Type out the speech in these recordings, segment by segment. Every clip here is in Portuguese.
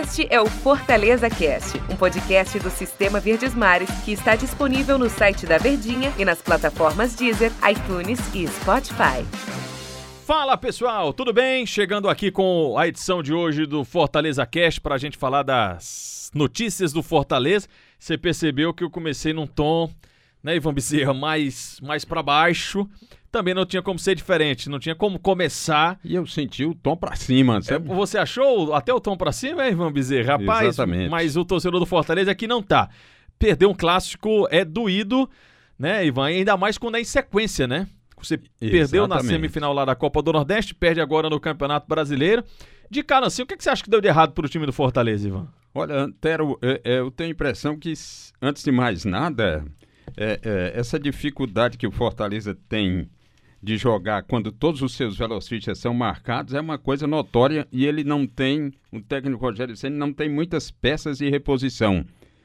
Este é o Fortaleza Cast, um podcast do Sistema Verdes Mares que está disponível no site da Verdinha e nas plataformas Deezer, iTunes e Spotify. Fala pessoal, tudo bem? Chegando aqui com a edição de hoje do Fortaleza Cast para a gente falar das notícias do Fortaleza. Você percebeu que eu comecei num tom, né, Ivan Bezerra, mais para baixo. Também não tinha como ser diferente, não tinha como começar. E eu senti o tom pra cima, sabe? Você achou até o tom pra cima, Ivan Bezerra? Rapaz, exatamente. Mas o torcedor do Fortaleza aqui não tá. Perder um clássico é doído, né, Ivan? Ainda mais quando é em sequência, né? Você perdeu na semifinal lá da Copa do Nordeste, perde agora no Campeonato Brasileiro. De cara assim, o que você acha que deu de errado pro time do Fortaleza, Ivan? Olha, Antero, eu tenho a impressão que, antes de mais nada, essa dificuldade que o Fortaleza tem de jogar quando todos os seus velocistas são marcados é uma coisa notória e ele não tem, o técnico Rogério Ceni não tem muitas peças de reposição.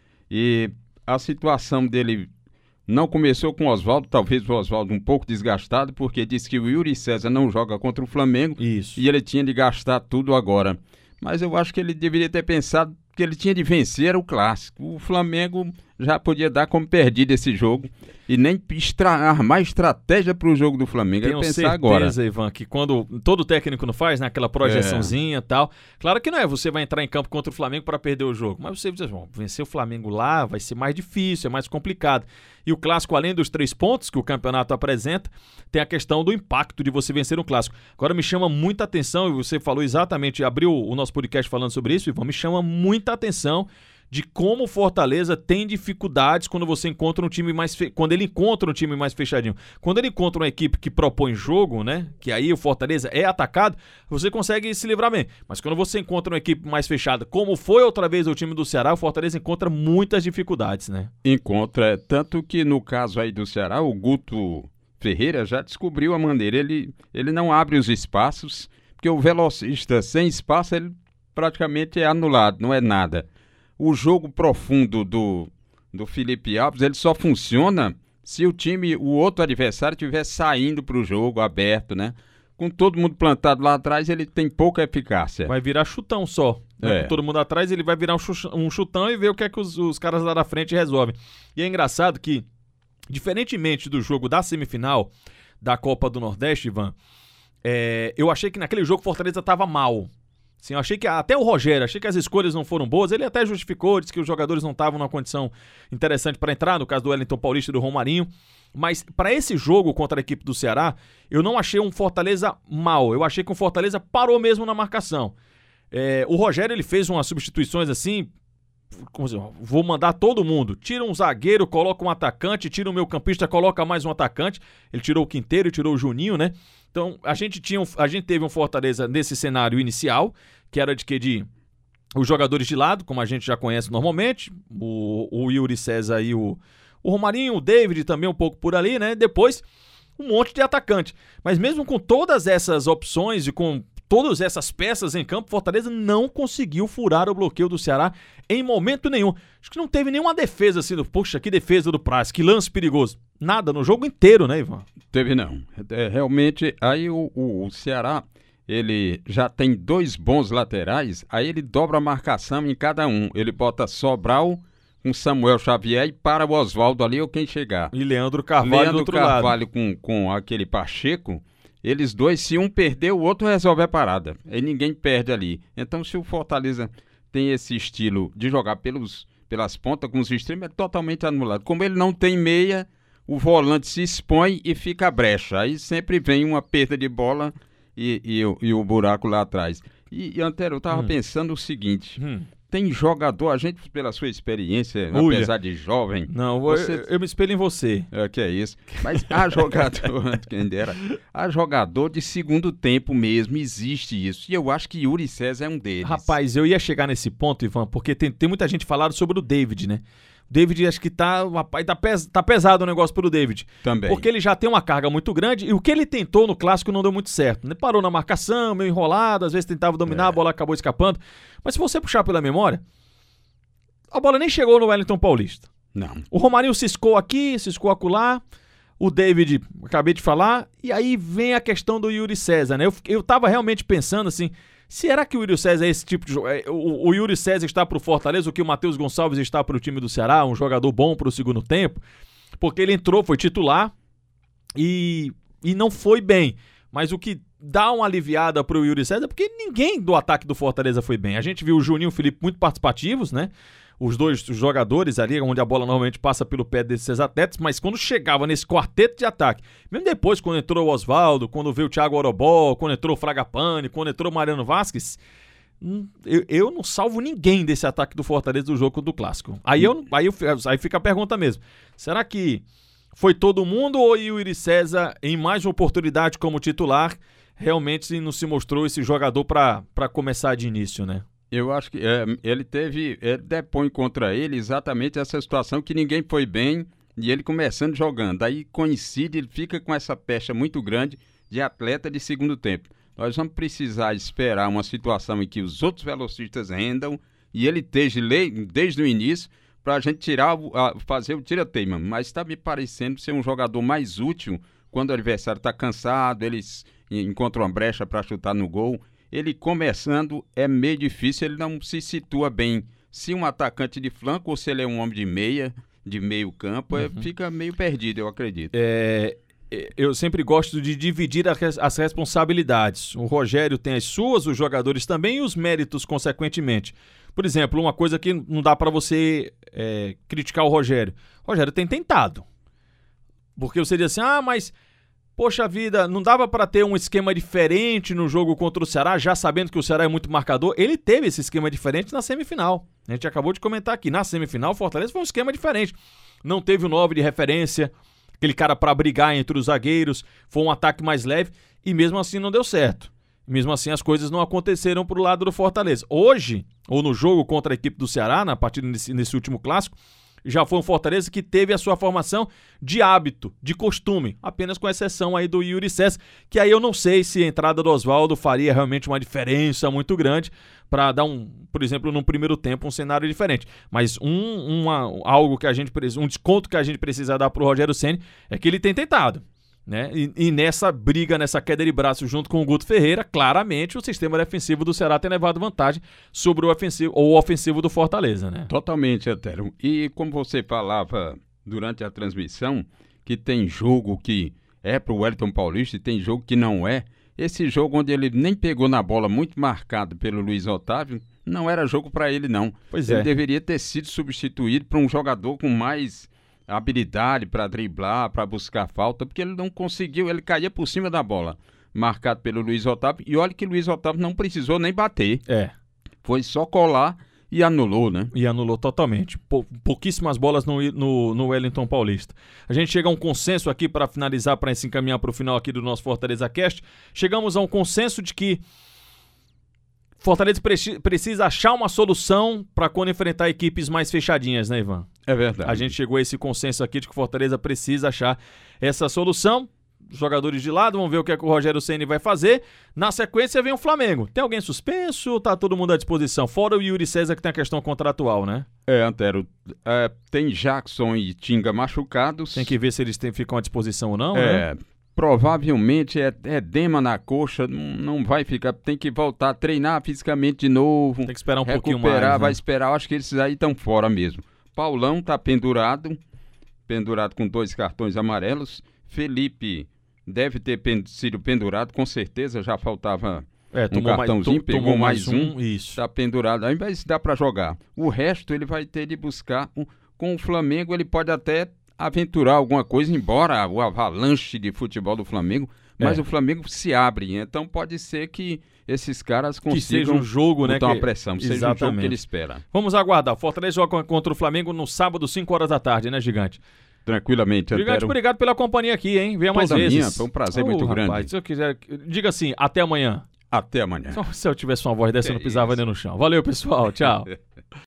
E a situação dele não começou com o Oswaldo, talvez o Oswaldo um pouco desgastado, porque disse que o Yuri César não joga contra o Flamengo. Isso. E ele tinha de gastar tudo agora. Mas eu acho que ele deveria ter pensado que ele tinha de vencer o clássico. O Flamengo já podia dar como perdido esse jogo e nem armar estratégia para o jogo do Flamengo. Tenho pensar agora. Ivan, que quando todo técnico não faz, né, aquela projeçãozinha e tal, claro que não é, você vai entrar em campo contra o Flamengo para perder o jogo, mas você diz, bom, vencer o Flamengo lá vai ser mais difícil, é mais complicado. E o clássico, além dos 3 pontos que o campeonato apresenta, tem a questão do impacto de você vencer um clássico. Agora me chama muita atenção, e você falou exatamente, abriu o nosso podcast falando sobre isso, Ivan, me chama muita atenção de como o Fortaleza tem dificuldades quando você encontra um time quando ele encontra um time mais fechadinho. Quando ele encontra uma equipe que propõe jogo, né, que aí o Fortaleza é atacado, você consegue se livrar bem. Mas quando você encontra uma equipe mais fechada, como foi outra vez o time do Ceará, o Fortaleza encontra muitas dificuldades, né? Encontra, tanto que no caso aí do Ceará, o Guto Ferreira já descobriu a maneira, ele não abre os espaços, porque o velocista sem espaço, ele praticamente é anulado, não é nada. O jogo profundo do Felipe Alves, ele só funciona se o outro adversário estiver saindo para o jogo aberto, né? Com todo mundo plantado lá atrás, ele tem pouca eficácia. Vai virar chutão só. Né? Com todo mundo atrás, ele vai virar um chutão e ver o que é que os caras lá da frente resolvem. E é engraçado que, diferentemente do jogo da semifinal da Copa do Nordeste, Ivan, eu achei que naquele jogo o Fortaleza estava mal. Sim, eu achei que até o Rogério, achei que as escolhas não foram boas, ele até justificou, disse que os jogadores não estavam numa condição interessante para entrar, no caso do Wellington Paulista e do Romarinho, mas para esse jogo contra a equipe do Ceará, eu não achei um Fortaleza mal, eu achei que o Fortaleza parou mesmo na marcação. O Rogério, ele fez umas substituições assim, como assim, vou mandar todo mundo, tira um zagueiro, coloca um atacante, tira um meio-campista, coloca mais um atacante, ele tirou o Quinteiro, tirou o Juninho, né? Então, a gente teve um Fortaleza nesse cenário inicial, que era de os jogadores de lado, como a gente já conhece normalmente, o Yuri César e o Romarinho, o David também um pouco por ali, né? Depois, um monte de atacante. Mas mesmo com todas essas opções e com todas essas peças em campo, Fortaleza não conseguiu furar o bloqueio do Ceará em momento nenhum. Acho que não teve nenhuma defesa assim, poxa, que defesa do Praz, que lance perigoso. Nada, no jogo inteiro, né, Ivan? Teve não. Realmente, aí o Ceará, ele já tem 2 bons laterais, aí ele dobra a marcação em cada um. Ele bota Sobral com Samuel Xavier e para o Oswaldo ali ou quem chegar. E Leandro Carvalho do outro Carvalho com aquele Pacheco. Eles dois, se um perder, o outro resolve a parada. Aí ninguém perde ali. Então, se o Fortaleza tem esse estilo de jogar pelas pontas com os extremos, é totalmente anulado. Como ele não tem meia, o volante se expõe e fica a brecha. Aí sempre vem uma perda de bola e o buraco lá atrás. E Antero, eu estava pensando o seguinte... Tem jogador, a gente, pela sua experiência, apesar de jovem... Não, eu me espelho em você. Que é isso. Mas há jogador, quem dera, há jogador de segundo tempo mesmo, existe isso. E eu acho que Yuri César é um deles. Rapaz, eu ia chegar nesse ponto, Ivan, porque tem muita gente falando sobre o David, né? O David, acho que tá pesado o negócio pro David. Também. Porque ele já tem uma carga muito grande e o que ele tentou no clássico não deu muito certo. Ele parou na marcação, meio enrolado, às vezes tentava dominar, a bola acabou escapando. Mas se você puxar pela memória, a bola nem chegou no Wellington Paulista. Não. O Romarinho ciscou aqui, ciscou acolá. O David, acabei de falar. E aí vem a questão do Yuri César, né? Eu tava realmente pensando assim, Será que o Yuri César é esse tipo de jogador? O Yuri César está para o Fortaleza, o que o Matheus Gonçalves está para o time do Ceará, um jogador bom para o segundo tempo? Porque ele entrou, foi titular e não foi bem. Mas o que dá uma aliviada para o Yuri César, porque ninguém do ataque do Fortaleza foi bem. A gente viu o Juninho e o Felipe muito participativos, né? Os dois jogadores ali, onde a bola normalmente passa pelo pé desses atletas, mas quando chegava nesse quarteto de ataque, mesmo depois, quando entrou o Oswaldo, quando veio o Thiago Orobó, quando entrou o Fragapane, quando entrou o Mariano Vasquez, eu não salvo ninguém desse ataque do Fortaleza do jogo do Clássico. Aí fica a pergunta mesmo. Será que foi todo mundo ou o Yuri César, em mais uma oportunidade como titular, realmente não se mostrou esse jogador para começar de início, né? Eu acho que ele depõe contra ele exatamente essa situação que ninguém foi bem e ele começando jogando. Aí coincide, ele fica com essa pecha muito grande de atleta de segundo tempo. Nós vamos precisar esperar uma situação em que os outros velocistas rendam e ele esteja desde o início para a gente fazer o tira-teima. Mas está me parecendo ser um jogador mais útil quando o adversário está cansado, eles encontram uma brecha para chutar no gol. Ele começando é meio difícil, ele não se situa bem. Se um atacante de flanco ou se ele é um homem de meio campo, fica meio perdido, eu acredito. Eu sempre gosto de dividir as responsabilidades. O Rogério tem as suas, os jogadores também e os méritos consequentemente. Por exemplo, uma coisa que não dá para você criticar o Rogério. O Rogério tem tentado. Porque você diz assim, mas... Poxa vida, não dava para ter um esquema diferente no jogo contra o Ceará, já sabendo que o Ceará é muito marcador? Ele teve esse esquema diferente na semifinal. A gente acabou de comentar aqui. Na semifinal, o Fortaleza foi um esquema diferente. Não teve o 9 de referência, aquele cara para brigar entre os zagueiros, foi um ataque mais leve e mesmo assim não deu certo. Mesmo assim as coisas não aconteceram pro lado do Fortaleza. Hoje, ou no jogo contra a equipe do Ceará, na partida nesse último clássico, já foi um Fortaleza que teve a sua formação de hábito, de costume, apenas com exceção aí do Yuri César, que aí eu não sei se a entrada do Oswaldo faria realmente uma diferença muito grande para dar por exemplo, num primeiro tempo, um cenário diferente. Mas algo que um desconto que a gente precisa dar pro Rogério Ceni é que ele tem tentado. Né? E nessa briga, nessa queda de braço junto com o Guto Ferreira, claramente o sistema defensivo do Ceará tem levado vantagem sobre o ofensivo do Fortaleza, né? Totalmente, Etério. E como você falava durante a transmissão, que tem jogo que é pro Wellington Paulista e tem jogo que não é. Esse jogo onde ele nem pegou na bola, muito marcado pelo Luiz Otávio, não era jogo para ele, não. Ele deveria ter sido substituído por um jogador com mais habilidade para driblar, para buscar falta, porque ele não conseguiu, ele caía por cima da bola, marcado pelo Luiz Otávio, e olha que o Luiz Otávio não precisou nem bater, foi só colar e anulou, né? E anulou totalmente, pouquíssimas bolas no Wellington Paulista. A gente chega a um consenso aqui para finalizar, para se encaminhar para o final aqui do nosso Fortaleza Cast, chegamos a um consenso de que Fortaleza precisa achar uma solução para quando enfrentar equipes mais fechadinhas, né, Ivan? É verdade. A gente chegou a esse consenso aqui de que o Fortaleza precisa achar essa solução. Os jogadores de lado, vamos ver o que é que o Rogério Ceni vai fazer. Na sequência vem o Flamengo. Tem alguém suspenso ou tá todo mundo à disposição? Fora o Yuri César, que tem a questão contratual, né? Antero, tem Jackson e Tinga machucados. Tem que ver se eles ficam à disposição ou não, né? Provavelmente é edema na coxa, não vai ficar, tem que voltar a treinar fisicamente de novo. Tem que esperar um pouquinho mais, né? Vai esperar, acho que eles aí estão fora mesmo. Paulão tá pendurado com 2 cartões amarelos. Felipe deve ter sido pendurado, com certeza, já faltava um cartãozinho, pegou mais um, isso. Tá pendurado, aí vai dar para jogar. O resto ele vai ter de buscar, com o Flamengo ele pode até aventurar alguma coisa, embora o avalanche de futebol do Flamengo, mas o Flamengo se abre, então pode ser que esses caras consigam que seja um jogo, botar uma pressão, seja um jogo que ele espera. Vamos aguardar, o Fortaleza joga contra o Flamengo no sábado, 5 horas da tarde, né, Gigante? Tranquilamente, Gigante, obrigado pela companhia aqui, hein? Venha mais vezes. Foi um prazer muito grande. Se eu quiser, diga assim, até amanhã. Até amanhã. Se eu tivesse uma voz dessa, eu não pisava nem no chão. Valeu, pessoal, tchau.